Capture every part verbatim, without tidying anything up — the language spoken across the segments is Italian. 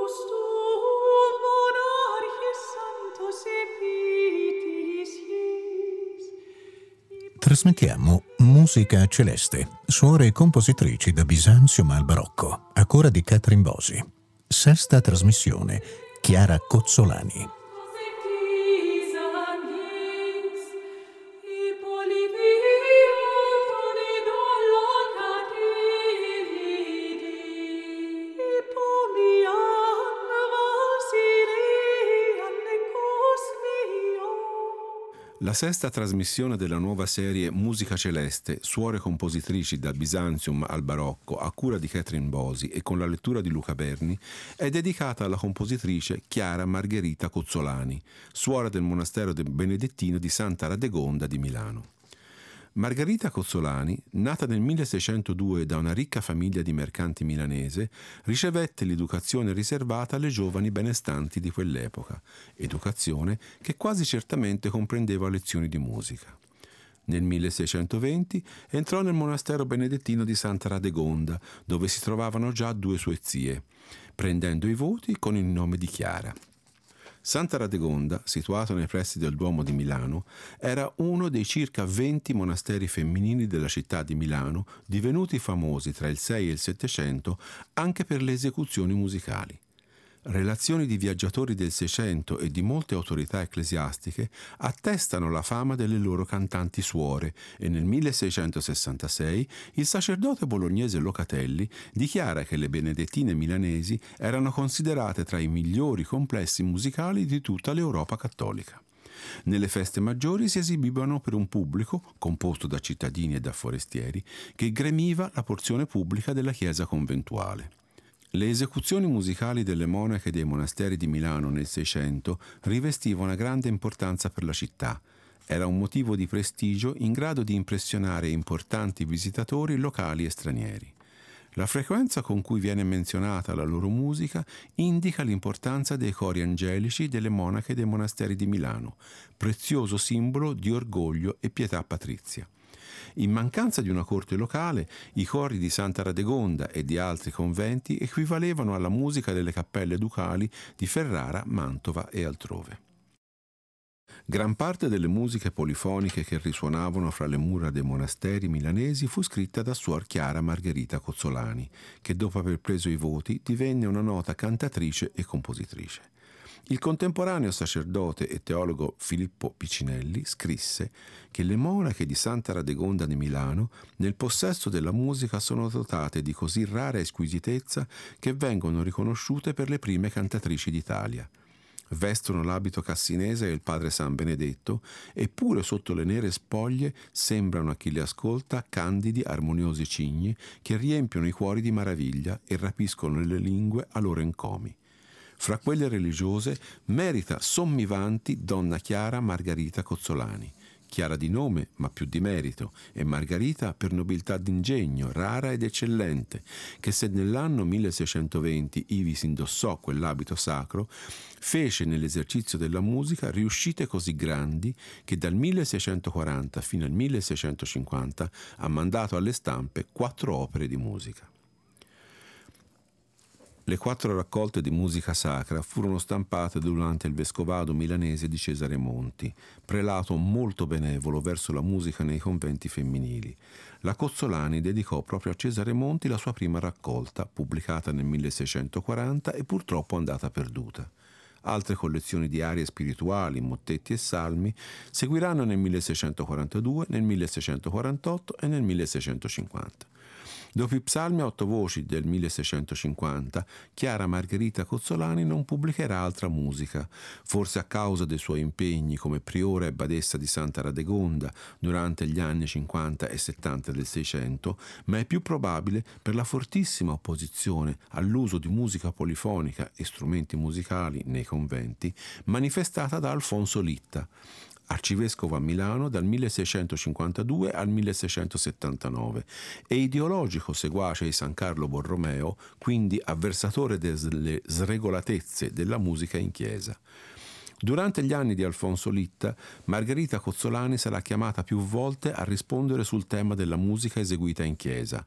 Trasmettiamo Musica Celeste, suore e compositrici da Bisanzium al Barocco, a cura di Catherine Bosi. Sesta trasmissione, Chiara Cozzolani. La sesta trasmissione della nuova serie Musica Celeste, suore compositrici da Bisanzium al Barocco, a cura di Catherine Bosi e con la lettura di Luca Berni, è dedicata alla compositrice Chiara Margherita Cozzolani, suora del monastero benedettino di Santa Radegonda di Milano. Margherita Cozzolani, nata nel milleseicentodue da una ricca famiglia di mercanti milanese, ricevette l'educazione riservata alle giovani benestanti di quell'epoca, educazione che quasi certamente comprendeva lezioni di musica. Nel milleseicentoventi entrò nel monastero benedettino di Santa Radegonda, dove si trovavano già due sue zie, prendendo i voti con il nome di Chiara. Santa Radegonda, situato nei pressi del Duomo di Milano, era uno dei circa venti monasteri femminili della città di Milano, divenuti famosi tra il sei e il settecento anche per le esecuzioni musicali. Relazioni di viaggiatori del Seicento e di molte autorità ecclesiastiche attestano la fama delle loro cantanti suore e nel milleseicentosessantasei il sacerdote bolognese Locatelli dichiara che le benedettine milanesi erano considerate tra i migliori complessi musicali di tutta l'Europa cattolica. Nelle feste maggiori si esibivano per un pubblico, composto da cittadini e da forestieri, che gremiva la porzione pubblica della chiesa conventuale. Le esecuzioni musicali delle monache dei monasteri di Milano nel Seicento rivestivano una grande importanza per la città. Era un motivo di prestigio in grado di impressionare importanti visitatori locali e stranieri. La frequenza con cui viene menzionata la loro musica indica l'importanza dei cori angelici delle monache dei monasteri di Milano, prezioso simbolo di orgoglio e pietà patrizia. In mancanza di una corte locale, i cori di Santa Radegonda e di altri conventi equivalevano alla musica delle cappelle ducali di Ferrara, Mantova e altrove. Gran parte delle musiche polifoniche che risuonavano fra le mura dei monasteri milanesi fu scritta da suor Chiara Margherita Cozzolani, che dopo aver preso i voti divenne una nota cantatrice e compositrice. Il contemporaneo sacerdote e teologo Filippo Piccinelli scrisse che le monache di Santa Radegonda di Milano nel possesso della musica sono dotate di così rara squisitezza che vengono riconosciute per le prime cantatrici d'Italia. Vestono l'abito cassinese e il padre San Benedetto, eppure sotto le nere spoglie sembrano a chi le ascolta candidi, armoniosi cigni che riempiono i cuori di maraviglia e rapiscono le lingue a loro encomi. Fra quelle religiose merita sommi vanti donna Chiara Margherita Cozzolani, Chiara di nome ma più di merito, e Margherita per nobiltà d'ingegno, rara ed eccellente, che se nell'anno milleseicentoventi ivi si indossò quell'abito sacro, fece nell'esercizio della musica riuscite così grandi che dal milleseicentoquaranta fino al milleseicentocinquanta ha mandato alle stampe quattro opere di musica. Le quattro raccolte di musica sacra furono stampate durante il vescovado milanese di Cesare Monti, prelato molto benevolo verso la musica nei conventi femminili. La Cozzolani dedicò proprio a Cesare Monti la sua prima raccolta, pubblicata nel milleseicentoquaranta e purtroppo andata perduta. Altre collezioni di arie spirituali, mottetti e salmi seguiranno nel milleseicentoquarantadue, nel milleseicentoquarantotto e nel milleseicentocinquanta. Dopo i psalmi a otto voci del milleseicentocinquanta, Chiara Margherita Cozzolani non pubblicherà altra musica, forse a causa dei suoi impegni come priora e badessa di Santa Radegonda durante gli anni cinquanta e settanta del Seicento, ma è più probabile per la fortissima opposizione all'uso di musica polifonica e strumenti musicali nei conventi, manifestata da Alfonso Litta, arcivescovo a Milano dal milleseicentocinquantadue al milleseicentosettantanove e ideologico seguace di San Carlo Borromeo, quindi avversatore delle sregolatezze della musica in chiesa. Durante gli anni di Alfonso Litta, Margherita Cozzolani sarà chiamata più volte a rispondere sul tema della musica eseguita in chiesa.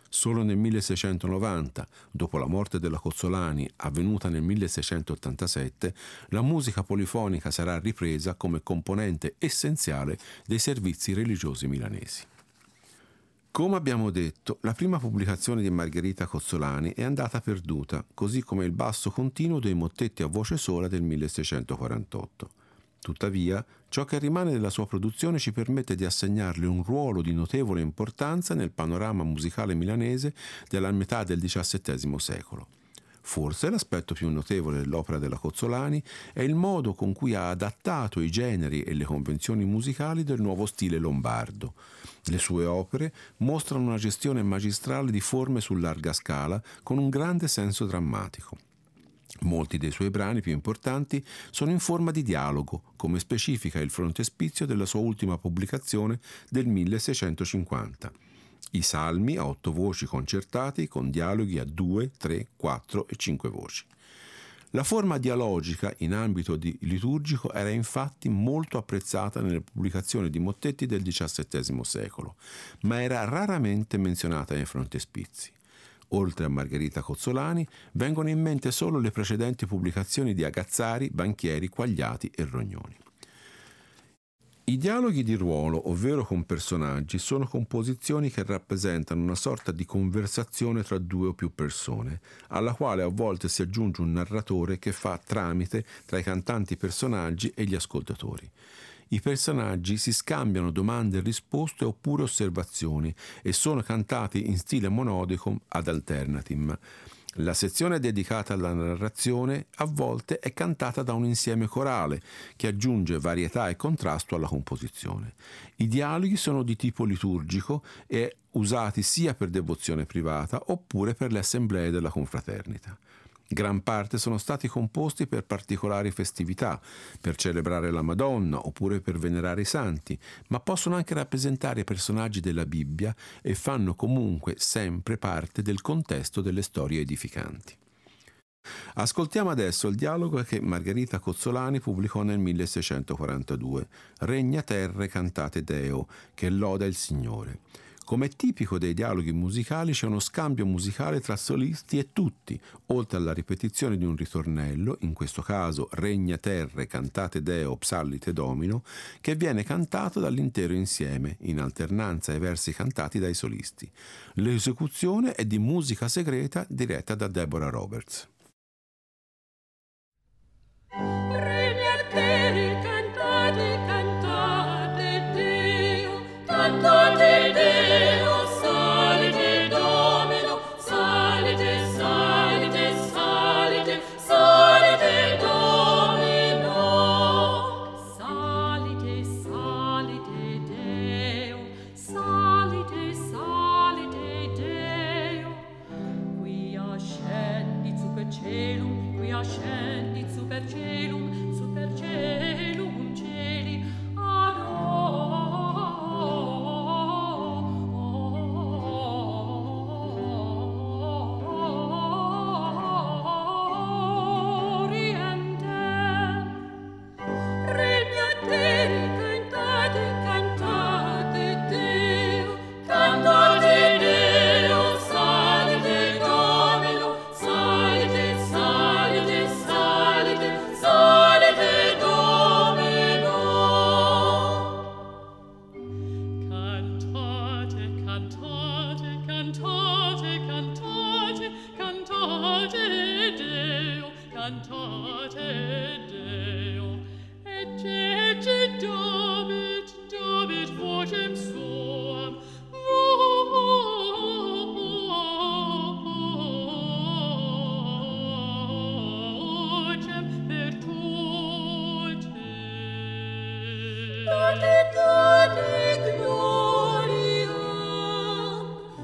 Solo nel milleseicentonovanta, dopo la morte della Cozzolani, avvenuta nel milleseicentottantasette, la musica polifonica sarà ripresa come componente essenziale dei servizi religiosi milanesi. Come abbiamo detto, la prima pubblicazione di Margherita Cozzolani è andata perduta, così come il basso continuo dei mottetti a voce sola del milleseicentoquarantotto. Tuttavia, ciò che rimane della sua produzione ci permette di assegnarle un ruolo di notevole importanza nel panorama musicale milanese della metà del diciassettesimo secolo. Forse l'aspetto più notevole dell'opera della Cozzolani è il modo con cui ha adattato i generi e le convenzioni musicali del nuovo stile lombardo. Le sue opere mostrano una gestione magistrale di forme su larga scala con un grande senso drammatico. Molti dei suoi brani più importanti sono in forma di dialogo, come specifica il frontespizio della sua ultima pubblicazione del milleseicentocinquanta. I salmi a otto voci concertati con dialoghi a due, tre, quattro e cinque voci. La forma dialogica in ambito di liturgico era infatti molto apprezzata nelle pubblicazioni di mottetti del diciassettesimo secolo, ma era raramente menzionata nei frontespizi. Oltre a Margherita Cozzolani, vengono in mente solo le precedenti pubblicazioni di Agazzari, Banchieri, Quagliati e Rognoni. I dialoghi di ruolo, ovvero con personaggi, sono composizioni che rappresentano una sorta di conversazione tra due o più persone, alla quale a volte si aggiunge un narratore che fa tramite tra i cantanti personaggi e gli ascoltatori. I personaggi si scambiano domande e risposte oppure osservazioni e sono cantati in stile monodico ad alternatim. La sezione dedicata alla narrazione a volte è cantata da un insieme corale che aggiunge varietà e contrasto alla composizione. I dialoghi sono di tipo liturgico e usati sia per devozione privata oppure per le assemblee della confraternita. Gran parte sono stati composti per particolari festività, per celebrare la Madonna oppure per venerare i santi, ma possono anche rappresentare personaggi della Bibbia e fanno comunque sempre parte del contesto delle storie edificanti. Ascoltiamo adesso il dialogo che Margherita Cozzolani pubblicò nel milleseicentoquarantadue, Regna terre cantate Deo, che loda il Signore. Come è tipico dei dialoghi musicali c'è uno scambio musicale tra solisti e tutti, oltre alla ripetizione di un ritornello, in questo caso Regna terre cantate Deo psallite Domino, che viene cantato dall'intero insieme, in alternanza ai versi cantati dai solisti. L'esecuzione è di musica segreta diretta da Deborah Roberts. Regna terre cantate cantate Deo, cantate Deo.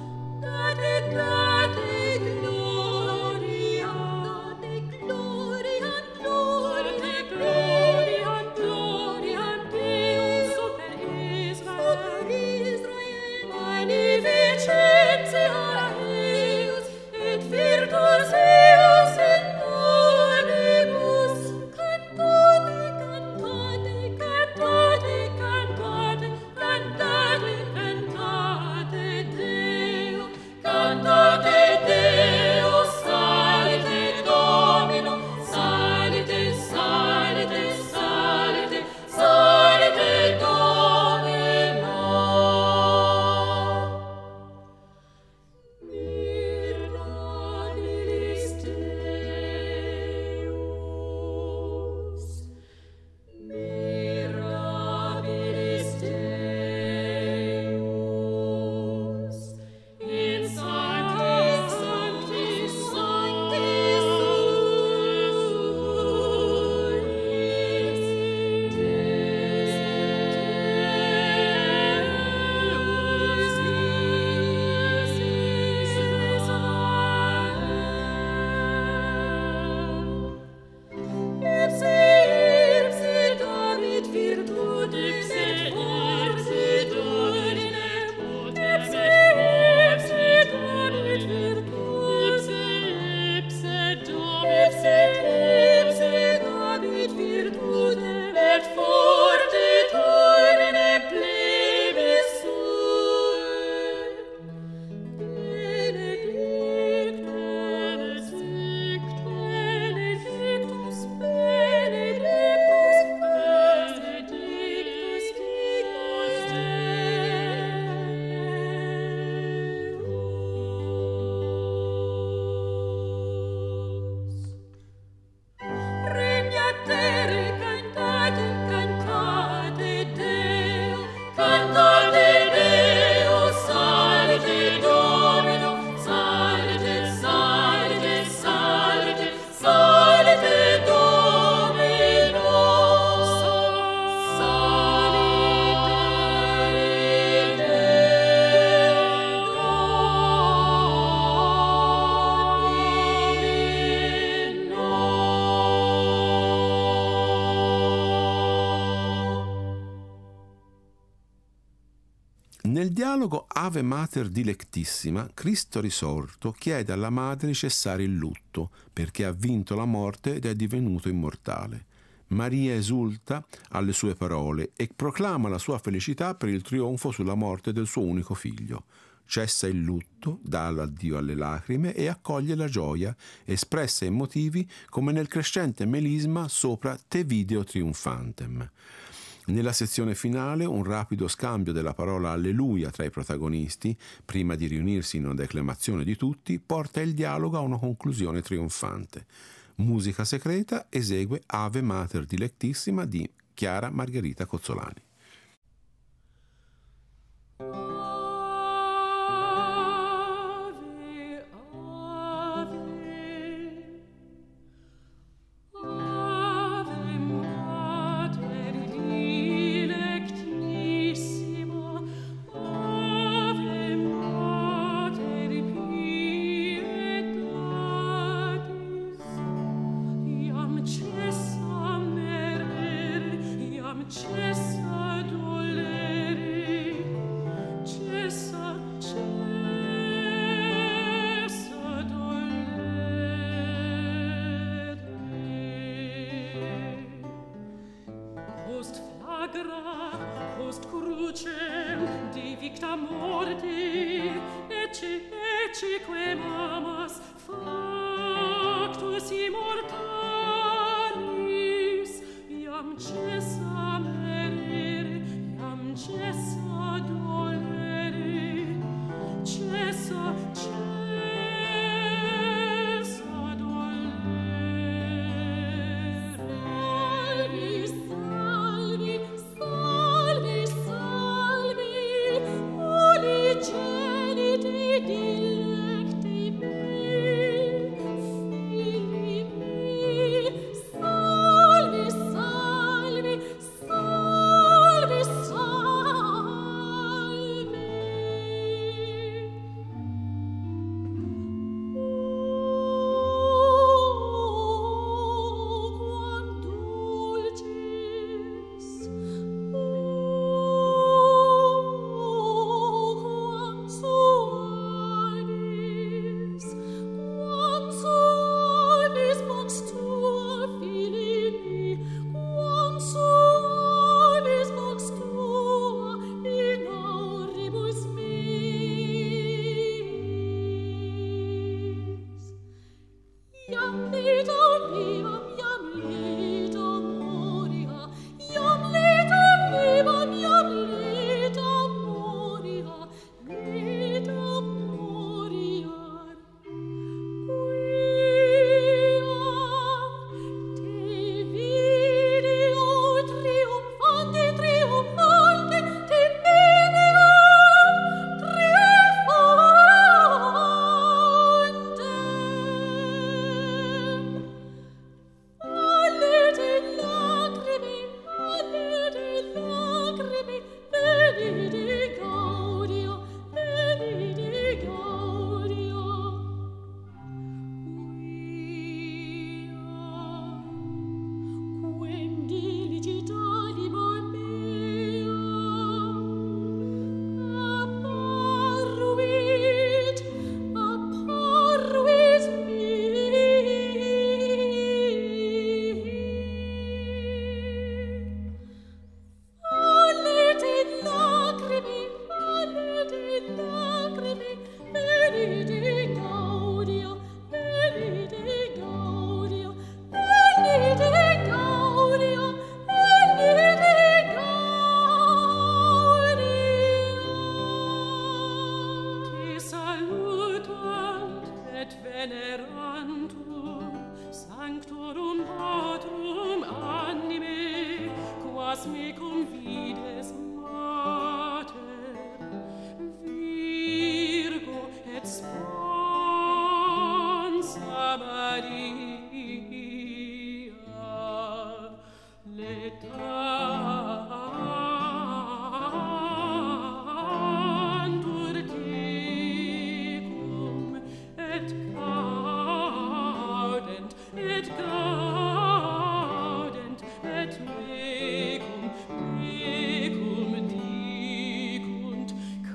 Gloria, Nel dialogo Ave Mater Dilectissima, Cristo risorto chiede alla madre di cessare il lutto perché ha vinto la morte ed è divenuto immortale. Maria esulta alle sue parole e proclama la sua felicità per il trionfo sulla morte del suo unico figlio. Cessa il lutto, dà l'addio alle lacrime e accoglie la gioia, espressa in motivi come nel crescente melisma sopra Te video triunfantem. Nella sezione finale un rapido scambio della parola alleluia tra i protagonisti, prima di riunirsi in una declamazione di tutti, porta il dialogo a una conclusione trionfante. Musica Secreta esegue Ave Mater Dilectissima di Chiara Margherita Cozzolani. Post crucem divicta morte, ecce, ecceque mamas, factus immortalis, iam cessa merere, iam cessa dolere, cessa, cessa dolere. Salvi, salvi, salvi, salvi, unigeniti dilecti mei, figli miei. Salvi, salvi, salvi, salvi. Oh, quam dulcis, oh, quam suavis, quam suavis vox tua, Filii miei, quam suavis vox tua in auribus meis. Iam lita vivam, iam lita moria, iam lita vivam, iam lita moria, lita moriar. Quia te video triumphante, triumphante, te video triumphante. Allete lacrime, allete lacrime, venite gaudio, venite gaudio. Quia, quem diligit anima mea, apparuit, apparuit mi. Allete lacrime, allete lacrime, venite gaudio, venite gaudio, venite gaudio, venite gaudio. Te salutant et venerantur sanctorum patrum anime, quas me confides mater, Virgo et sponsa Maria, letantur tecum et gaudent, et gaudent, et mecum, mecum dicunt,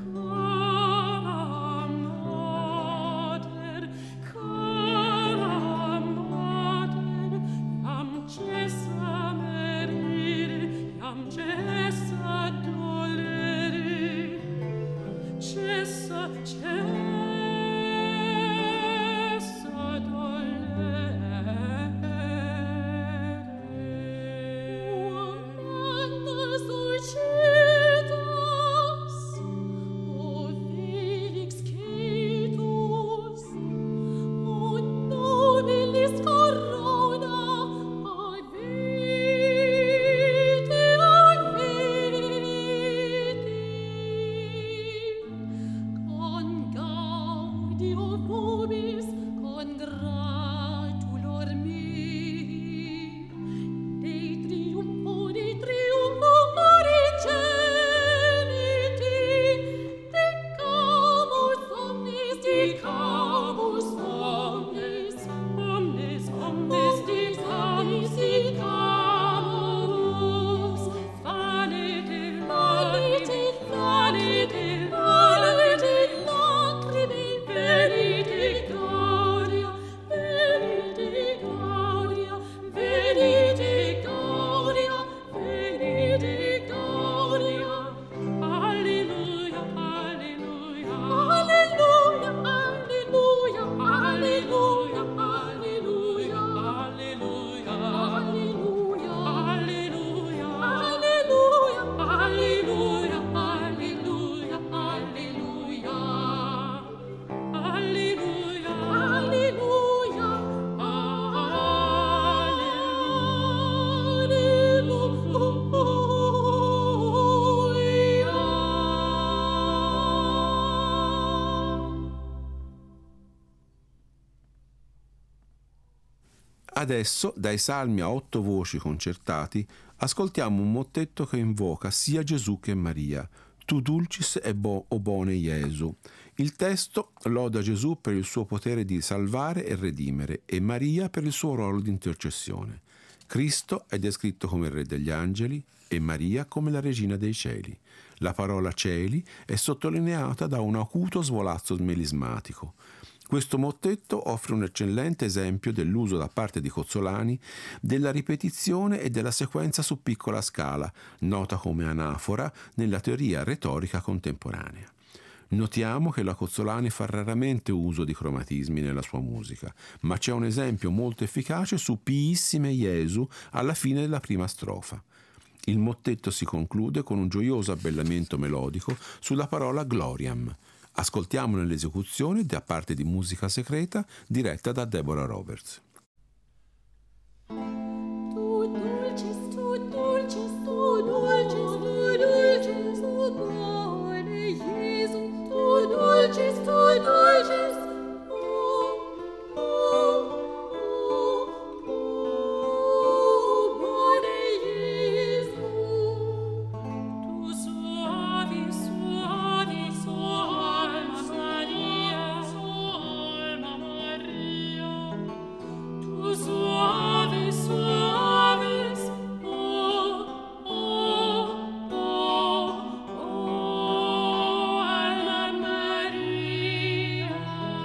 Adesso, dai salmi a otto voci concertati, ascoltiamo un mottetto che invoca sia Gesù che Maria, Tu dulcis e bo- o bone Iesu. Il testo loda Gesù per il suo potere di salvare e redimere e Maria per il suo ruolo di intercessione. Cristo è descritto come il Re degli angeli e Maria come la Regina dei cieli. La parola cieli è sottolineata da un acuto svolazzo melismatico. Questo mottetto offre un eccellente esempio dell'uso da parte di Cozzolani della ripetizione e della sequenza su piccola scala, nota come anafora nella teoria retorica contemporanea. Notiamo che la Cozzolani fa raramente uso di cromatismi nella sua musica, ma c'è un esempio molto efficace su Piissime Iesu alla fine della prima strofa. Il mottetto si conclude con un gioioso abbellamento melodico sulla parola gloriam. Ascoltiamo nell'esecuzione da parte di Musica Secreta diretta da Deborah Roberts. Tu dulcis, tu dulcis, tu dulcis, tu dulcis, tu bone Iesu, tu dulcis, tu dulcis, o, o, o, o, bone Iesu. Tu suavi, suavi, suavi, Maria, suavi, Maria. Tu suavi, suavis, oh, oh, oh, oh, alla Maria.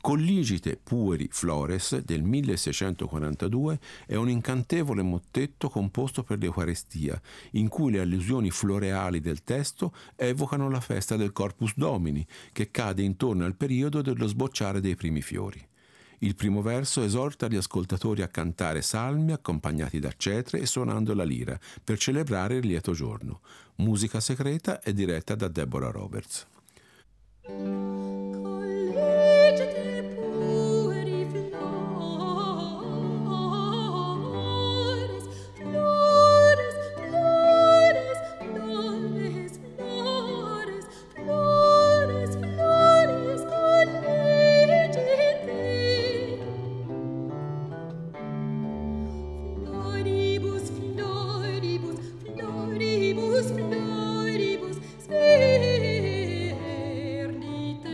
Colligite pueri flores del milleseicentoquarantadue è un incantevole mottetto composto per l'Eucarestia, in cui le allusioni floreali del testo evocano la festa del Corpus Domini, che cade intorno al periodo dello sbocciare dei primi fiori. Il primo verso esorta gli ascoltatori a cantare salmi accompagnati da cetre e suonando la lira per celebrare il lieto giorno. Musica segreta è diretta da Deborah Roberts. Colligite pueri flores, flores, flores, flores, flores, flores, flores, colligite. Floribus, floribus, floribus, floribus, sperdita.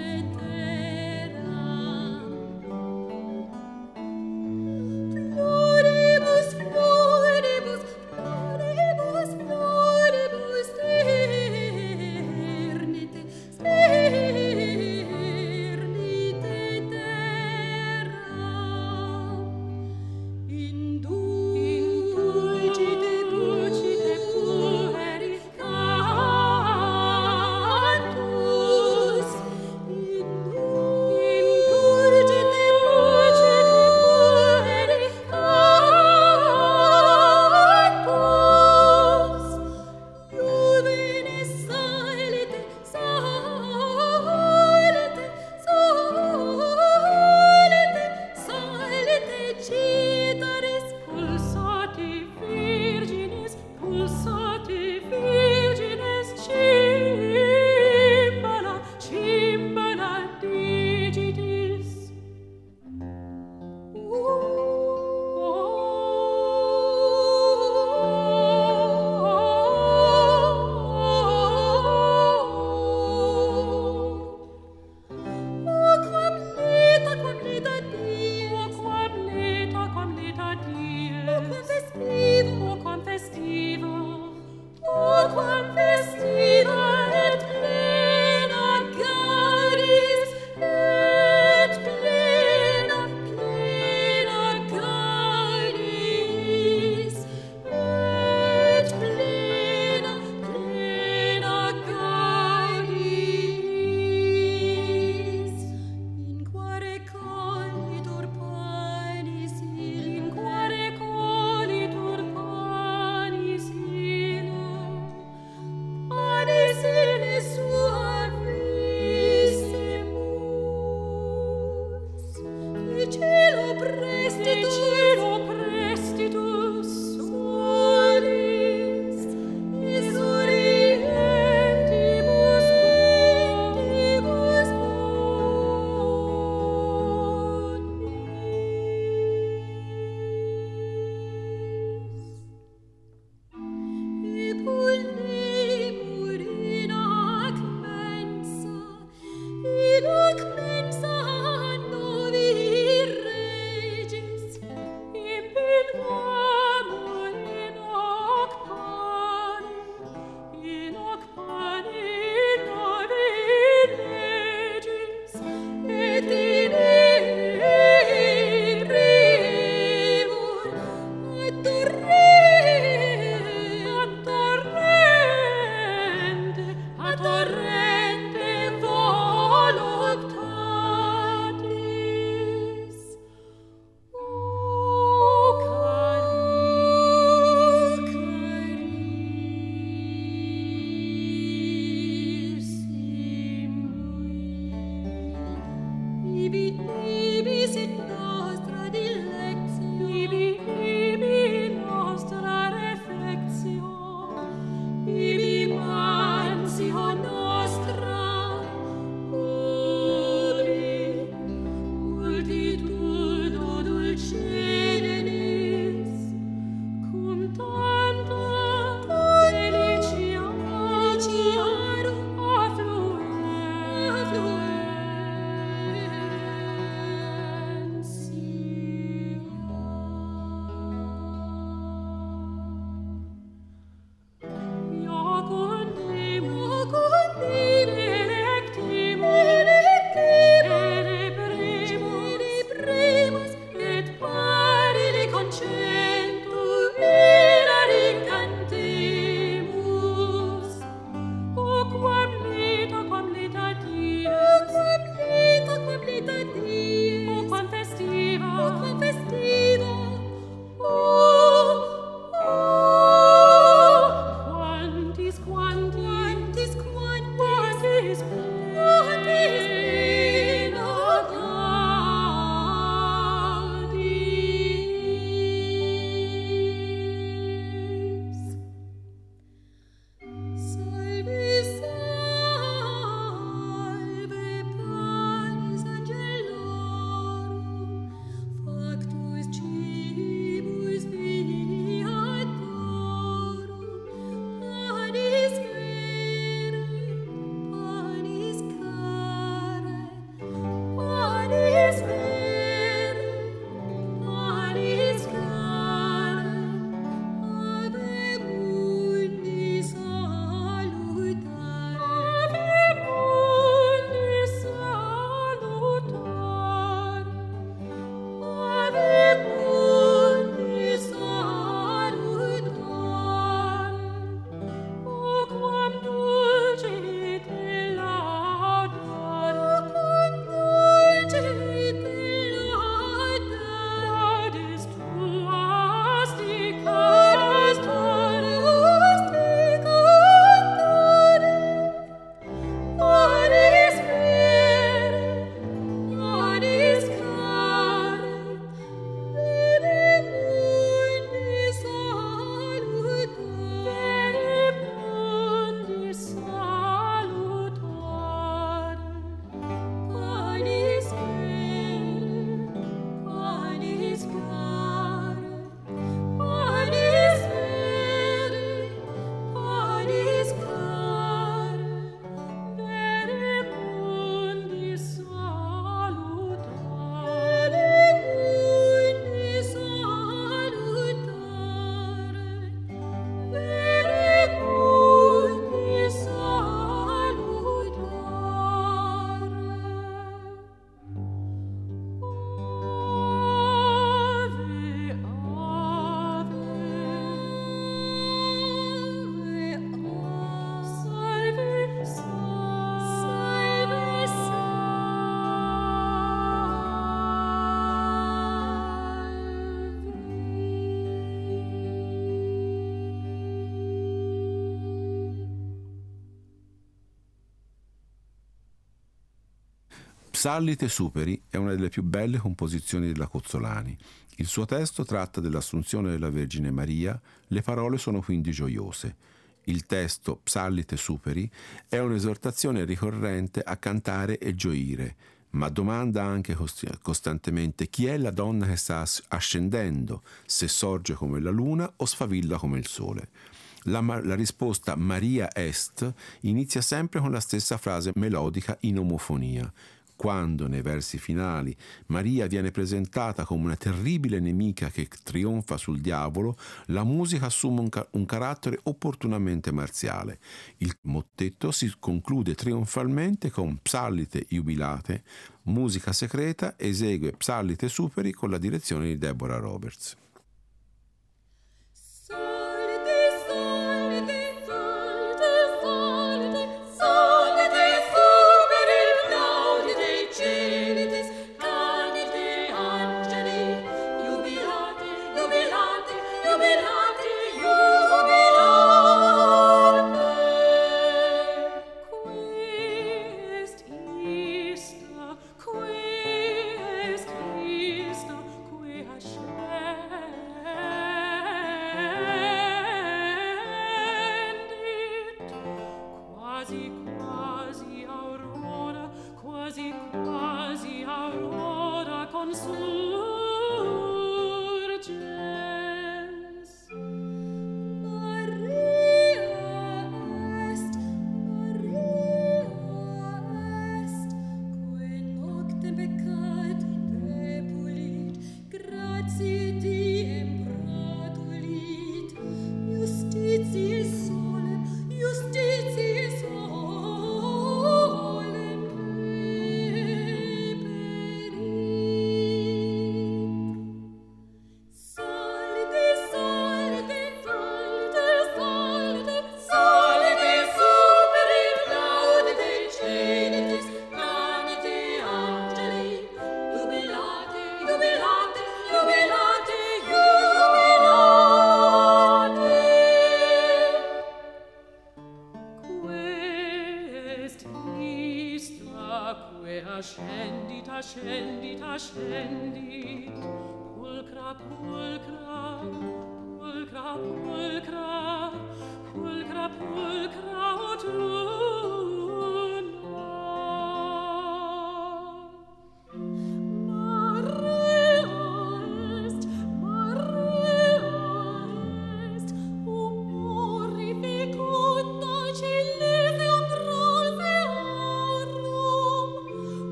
Psallite Superi è una delle più belle composizioni della Cozzolani. Il suo testo tratta dell'assunzione della Vergine Maria, le parole sono quindi gioiose. Il testo Psallite Superi è un'esortazione ricorrente a cantare e gioire, ma domanda anche cost- costantemente chi è la donna che sta ascendendo, se sorge come la luna o sfavilla come il sole. La, la risposta Maria est inizia sempre con la stessa frase melodica in omofonia. Quando, nei versi finali, Maria viene presentata come una terribile nemica che trionfa sul diavolo, la musica assume un, ca- un carattere opportunamente marziale. Il mottetto si conclude trionfalmente con Psallite Jubilate, musica secreta, esegue Psallite Superi con la direzione di Deborah Roberts.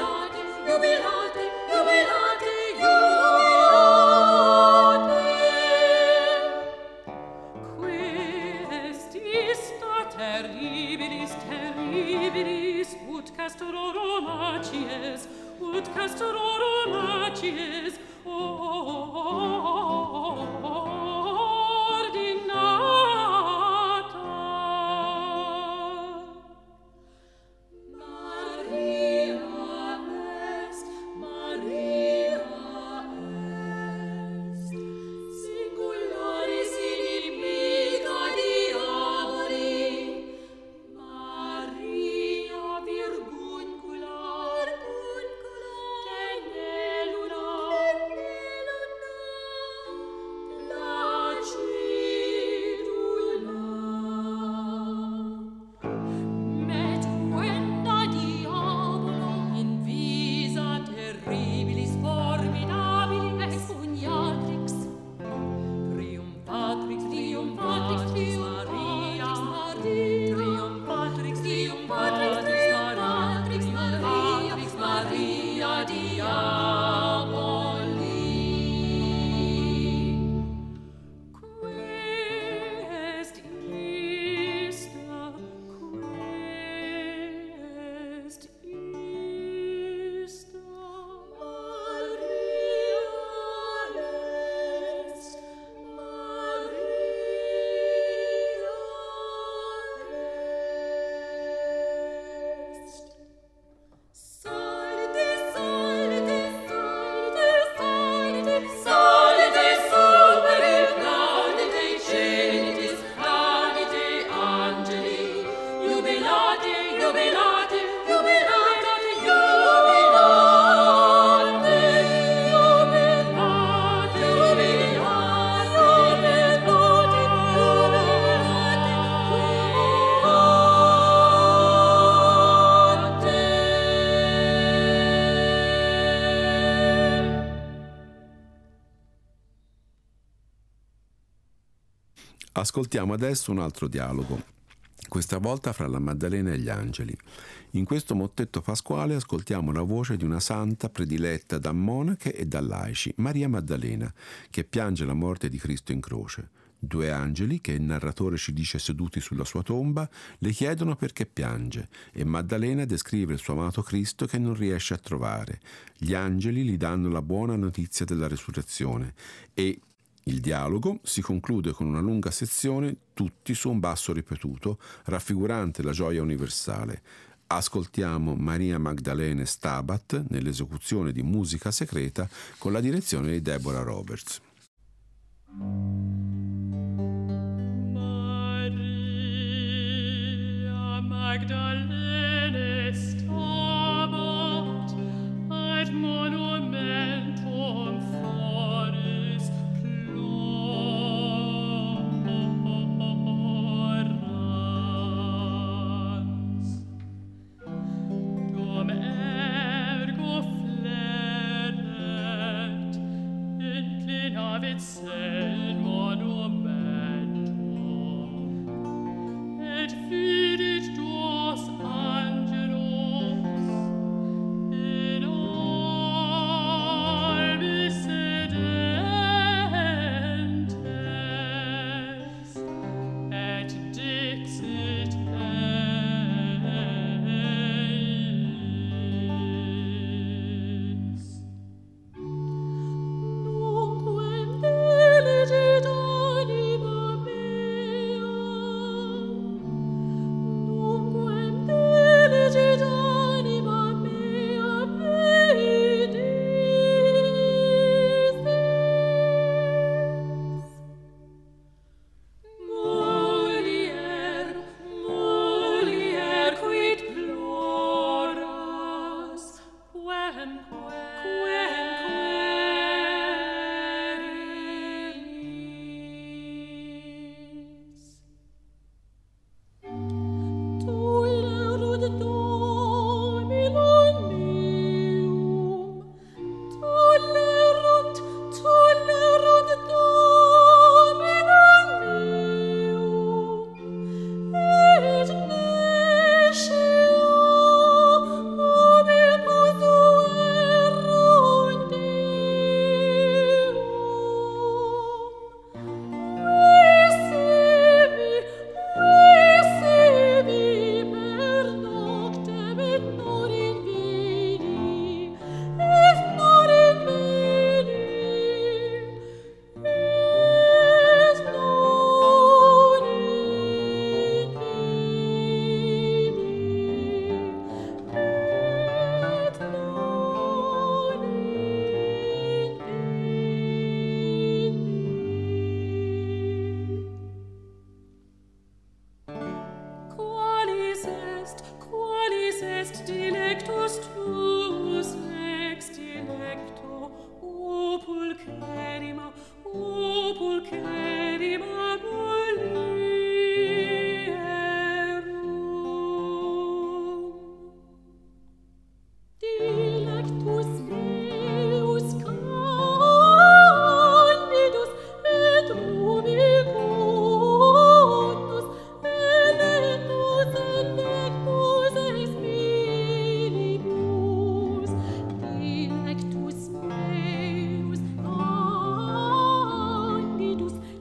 Jubilate, jubilate, jubilate. Ascoltiamo adesso un altro dialogo, questa volta fra la Maddalena e gli angeli. In questo mottetto pasquale ascoltiamo la voce di una santa prediletta da monache e da laici, Maria Maddalena, che piange la morte di Cristo in croce. Due angeli, che il narratore ci dice seduti sulla sua tomba, le chiedono perché piange e Maddalena descrive il suo amato Cristo che non riesce a trovare. Gli angeli gli danno la buona notizia della resurrezione e il dialogo si conclude con una lunga sezione, tutti su un basso ripetuto, raffigurante la gioia universale. Ascoltiamo Maria Magdalene Stabat nell'esecuzione di Musica Secreta con la direzione di Deborah Roberts. Maria Magdalene stabat ad monumentum foris plorans. Dum ergo fleret, inclinavit se il monumentum, et vidit duos angelos in albi sedentes, et dixit eis. Nunquam diligit anima mea, nunquam diligit anima mea vidis Molière, Molière, quid ploras, quem queris. Tolerut Dominum meum, tolerunt, tolerunt Dominum meum, et nescia omnibus verunt Deum. Visivi, visivi per noctem et non in vini, et non in vini, et non in vini, et non in vini. Qualis est, qualis est dilectus tuus lex dilecto, o pulcherrima, o pulcherrima mulierum. Dilectus meus candidus et rubicundus, electus, electus ex filibus. Dilectus meus candidus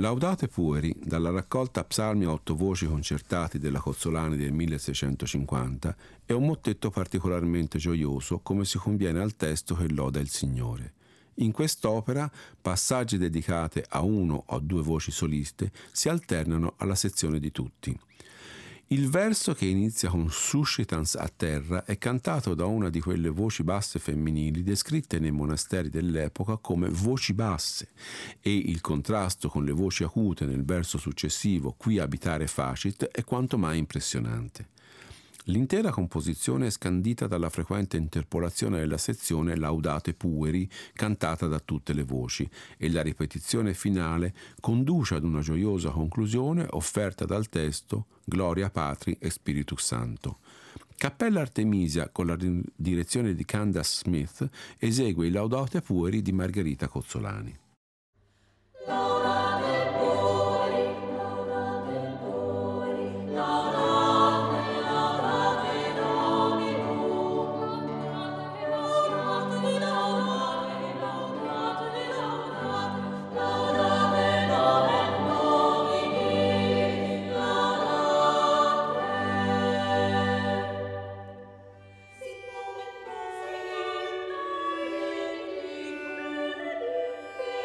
Laudate Pueri, dalla raccolta Psalmi a otto voci concertati della Cozzolani del milleseicentocinquanta, è un mottetto particolarmente gioioso, come si conviene al testo che loda il Signore. In quest'opera, passaggi dedicati a uno o due voci soliste si alternano alla sezione di tutti. Il verso che inizia con Suscitans a terra è cantato da una di quelle voci basse femminili descritte nei monasteri dell'epoca come voci basse, e il contrasto con le voci acute nel verso successivo, Qui abitare facit, è quanto mai impressionante. L'intera composizione è scandita dalla frequente interpolazione della sezione Laudate Pueri, cantata da tutte le voci, e la ripetizione finale conduce ad una gioiosa conclusione offerta dal testo Gloria Patri e Spiritus Santo. Cappella Artemisia, con la direzione di Candace Smith, esegue il Laudate Pueri di Margherita Cozzolani. Sit nomen Domini,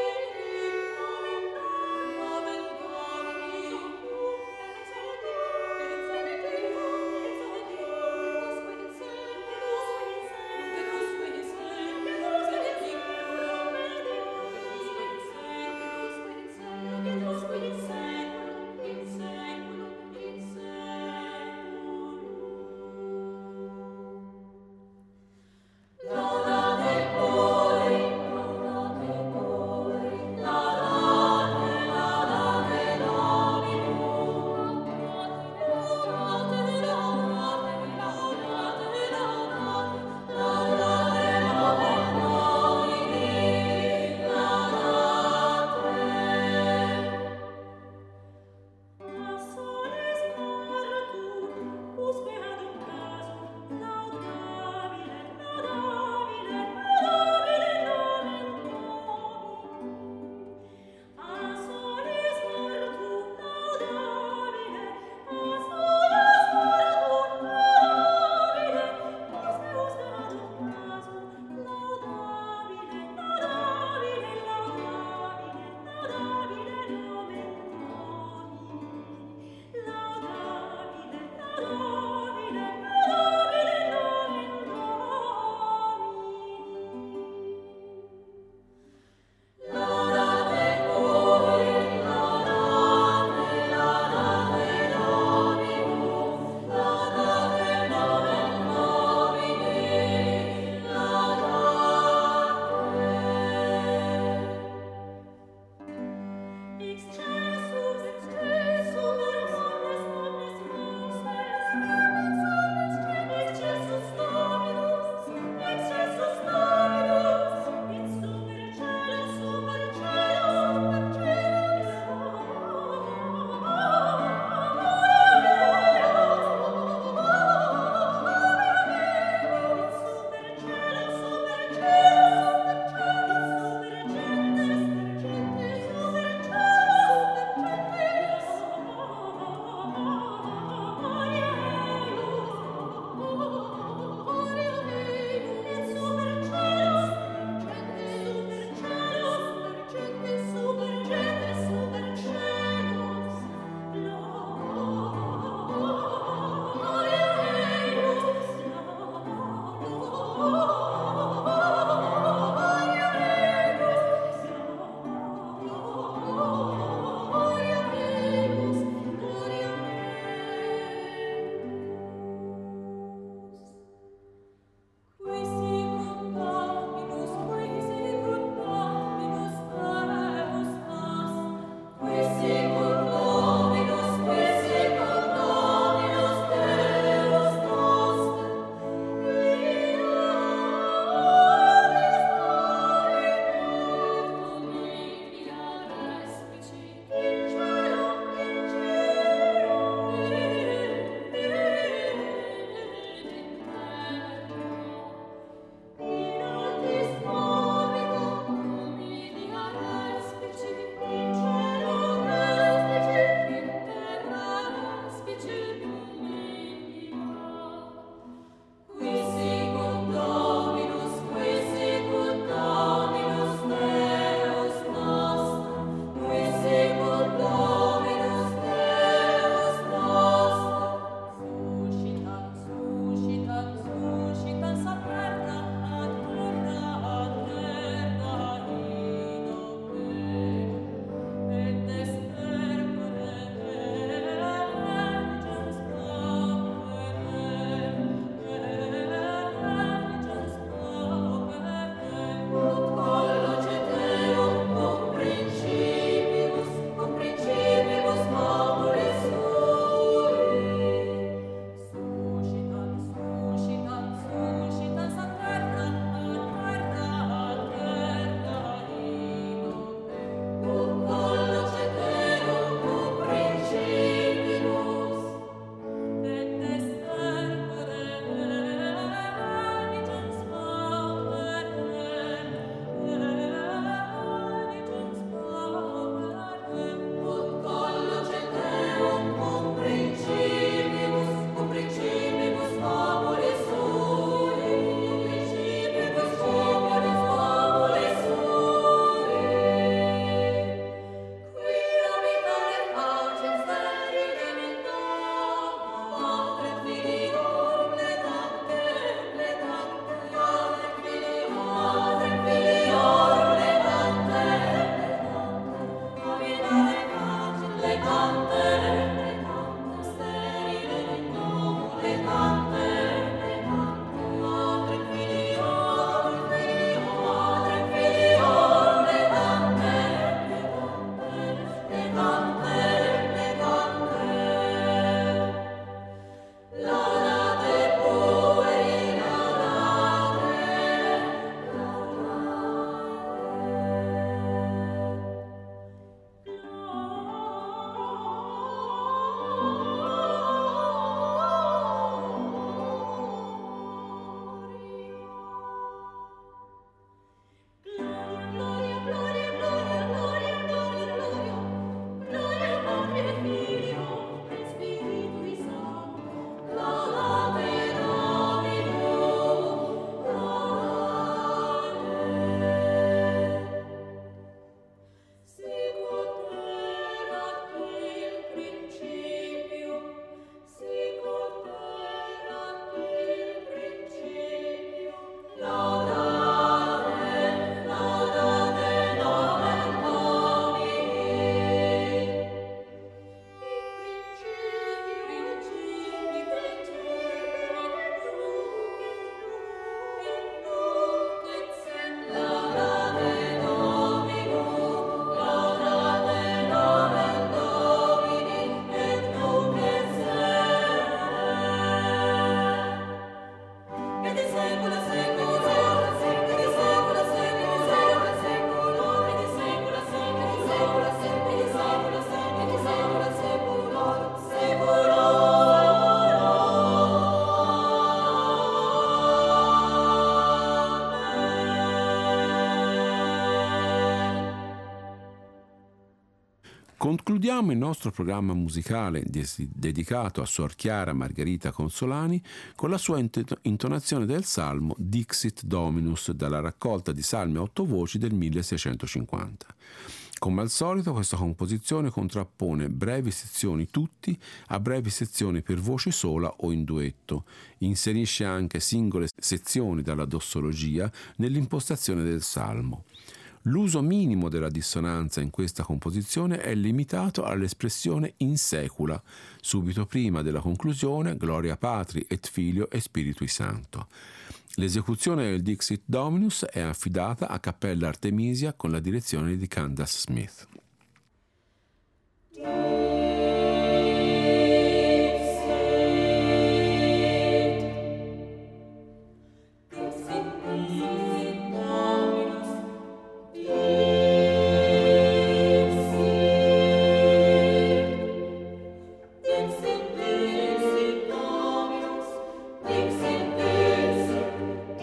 Concludiamo il nostro programma musicale des- dedicato a Suor Chiara Margherita Consolani con la sua int- intonazione del salmo Dixit Dominus dalla raccolta di salmi a otto voci del milleseicentocinquanta. Come al solito, questa composizione contrappone brevi sezioni tutti a brevi sezioni per voce sola o in duetto. Inserisce anche singole sezioni dalla dossologia nell'impostazione del salmo. L'uso minimo della dissonanza in questa composizione è limitato all'espressione in secula, subito prima della conclusione Gloria Patri et Filio e Spiritui Santo. L'esecuzione del Dixit Dominus è affidata a Cappella Artemisia con la direzione di Candace Smith.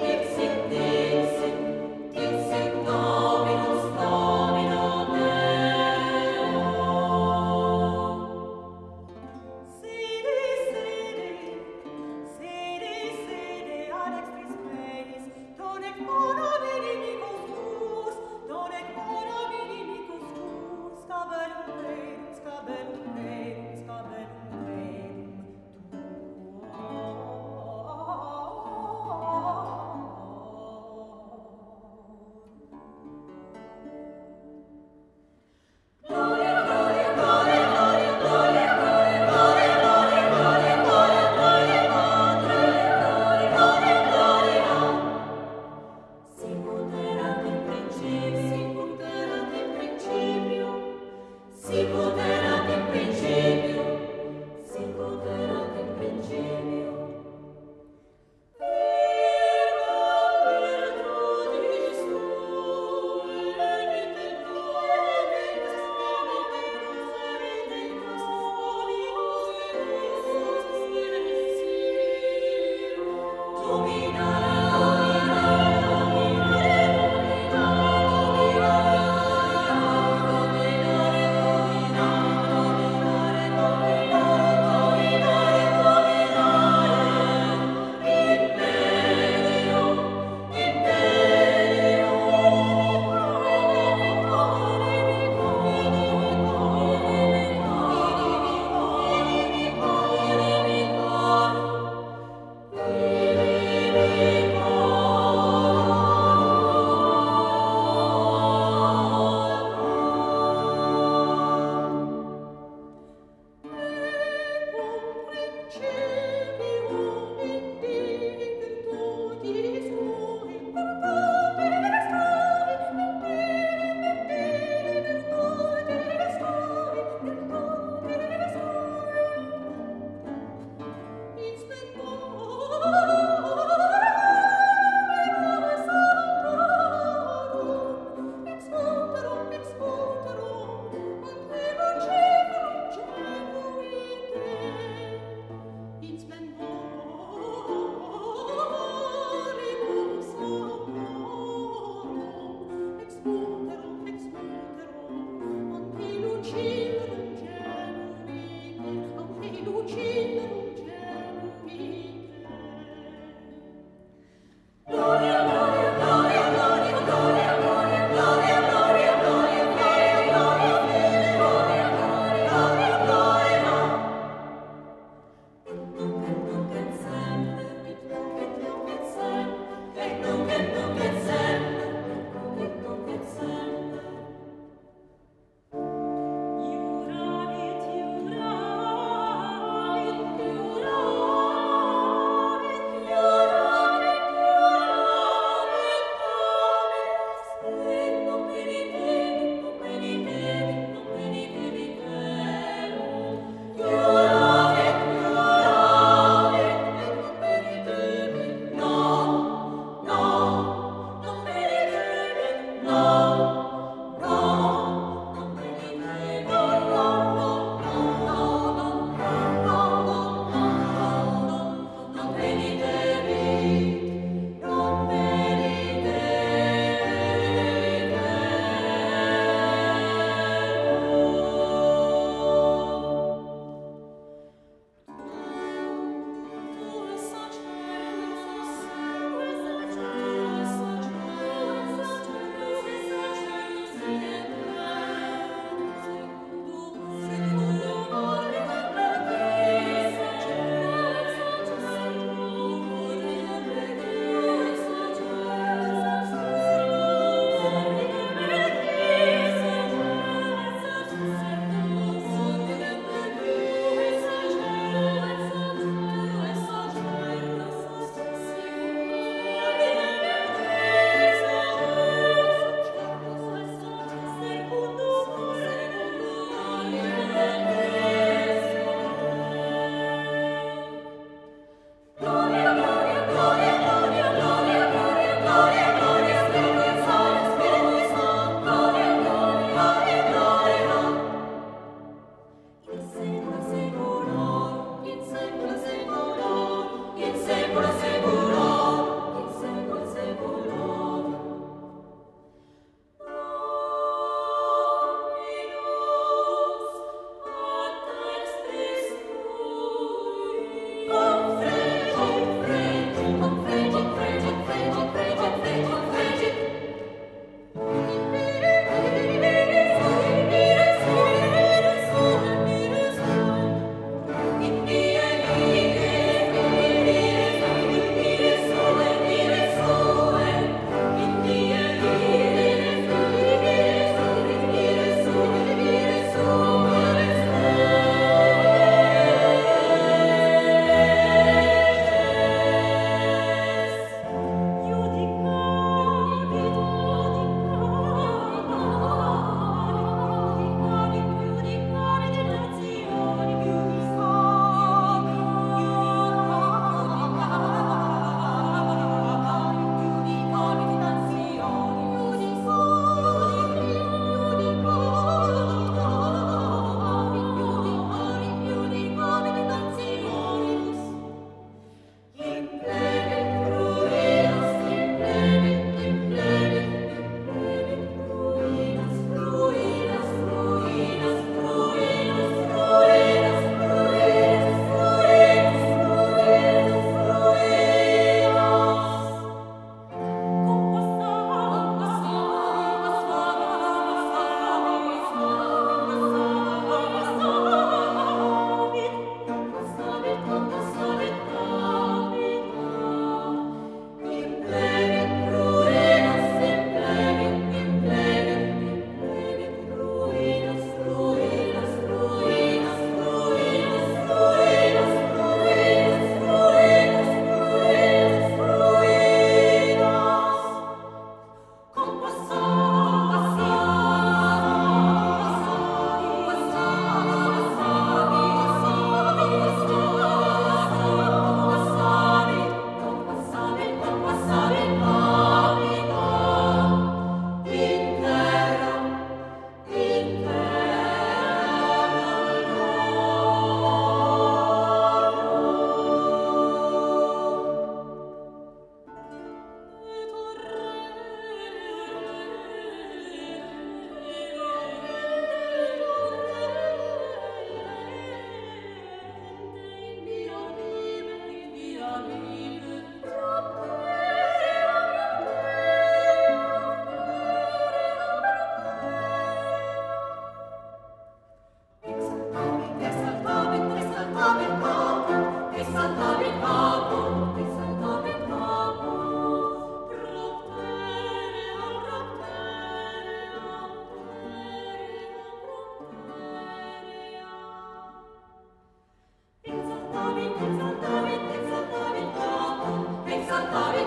Dominus, Domino me.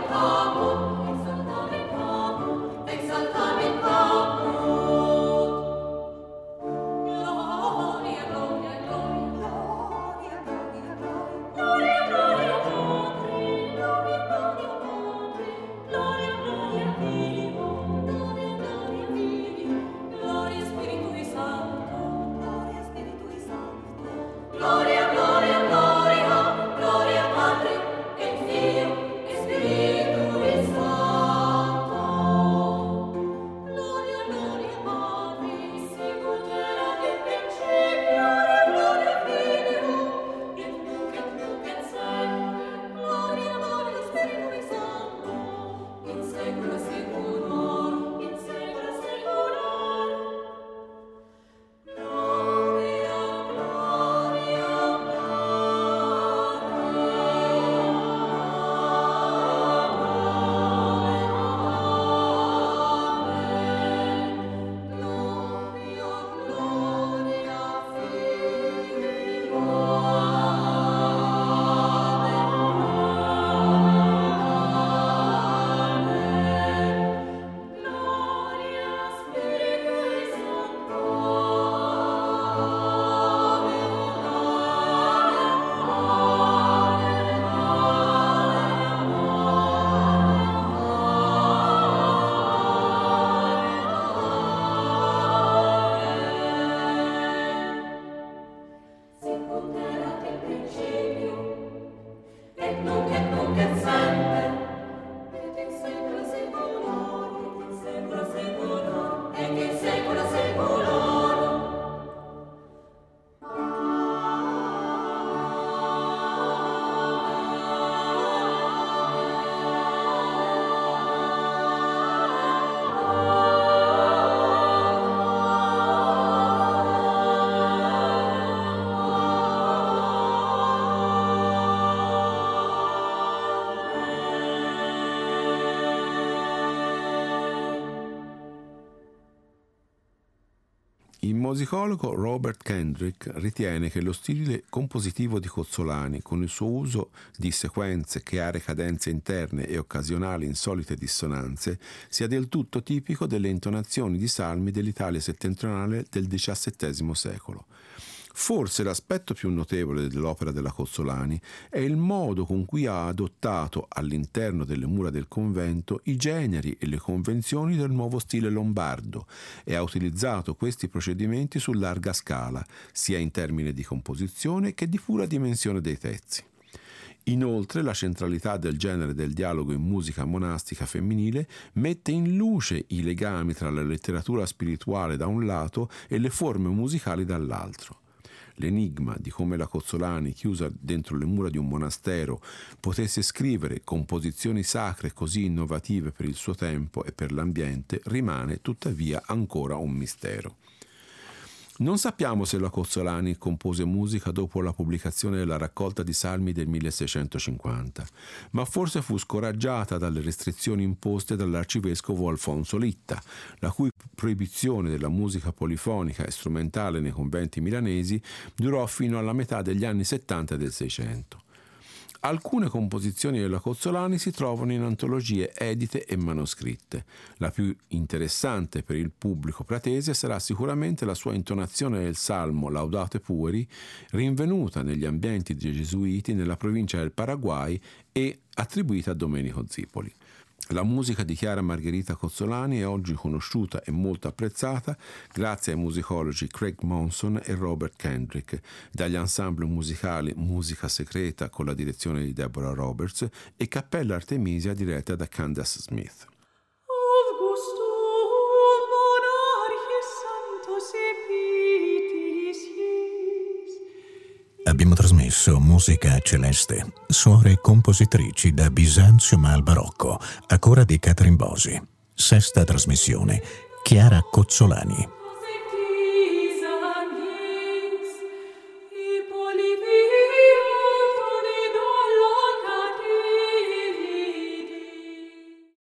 Il musicologo Robert Kendrick ritiene che lo stile compositivo di Cozzolani, con il suo uso di sequenze, chiare cadenze interne e occasionali insolite dissonanze, sia del tutto tipico delle intonazioni di salmi dell'Italia settentrionale del diciassettesimo secolo. Forse l'aspetto più notevole dell'opera della Cozzolani è il modo con cui ha adottato all'interno delle mura del convento i generi e le convenzioni del nuovo stile lombardo e ha utilizzato questi procedimenti su larga scala, sia in termini di composizione che di pura dimensione dei pezzi. Inoltre, la centralità del genere del dialogo in musica monastica femminile mette in luce i legami tra la letteratura spirituale da un lato e le forme musicali dall'altro. L'enigma di come la Cozzolani, chiusa dentro le mura di un monastero, potesse scrivere composizioni sacre così innovative per il suo tempo e per l'ambiente rimane tuttavia ancora un mistero. Non sappiamo se la Cozzolani compose musica dopo la pubblicazione della raccolta di salmi del milleseicentocinquanta, ma forse fu scoraggiata dalle restrizioni imposte dall'arcivescovo Alfonso Litta, la cui proibizione della musica polifonica e strumentale nei conventi milanesi durò fino alla metà degli anni settanta del Seicento. Alcune composizioni della Cozzolani si trovano in antologie edite e manoscritte. La più interessante per il pubblico pratese sarà sicuramente la sua intonazione del salmo Laudate Pueri, rinvenuta negli ambienti dei Gesuiti nella provincia del Paraguay e attribuita a Domenico Zipoli. La musica di Chiara Margherita Cozzolani è oggi conosciuta e molto apprezzata grazie ai musicologi Craig Monson e Robert Kendrick, dagli ensemble musicali Musica Secreta con la direzione di Deborah Roberts e Cappella Artemisia diretta da Candace Smith. Abbiamo trasmesso Musica Celeste, suore e compositrici da Bisanzio ma al barocco, a cura di Catherine Bosi. Sesta trasmissione, Chiara Cozzolani.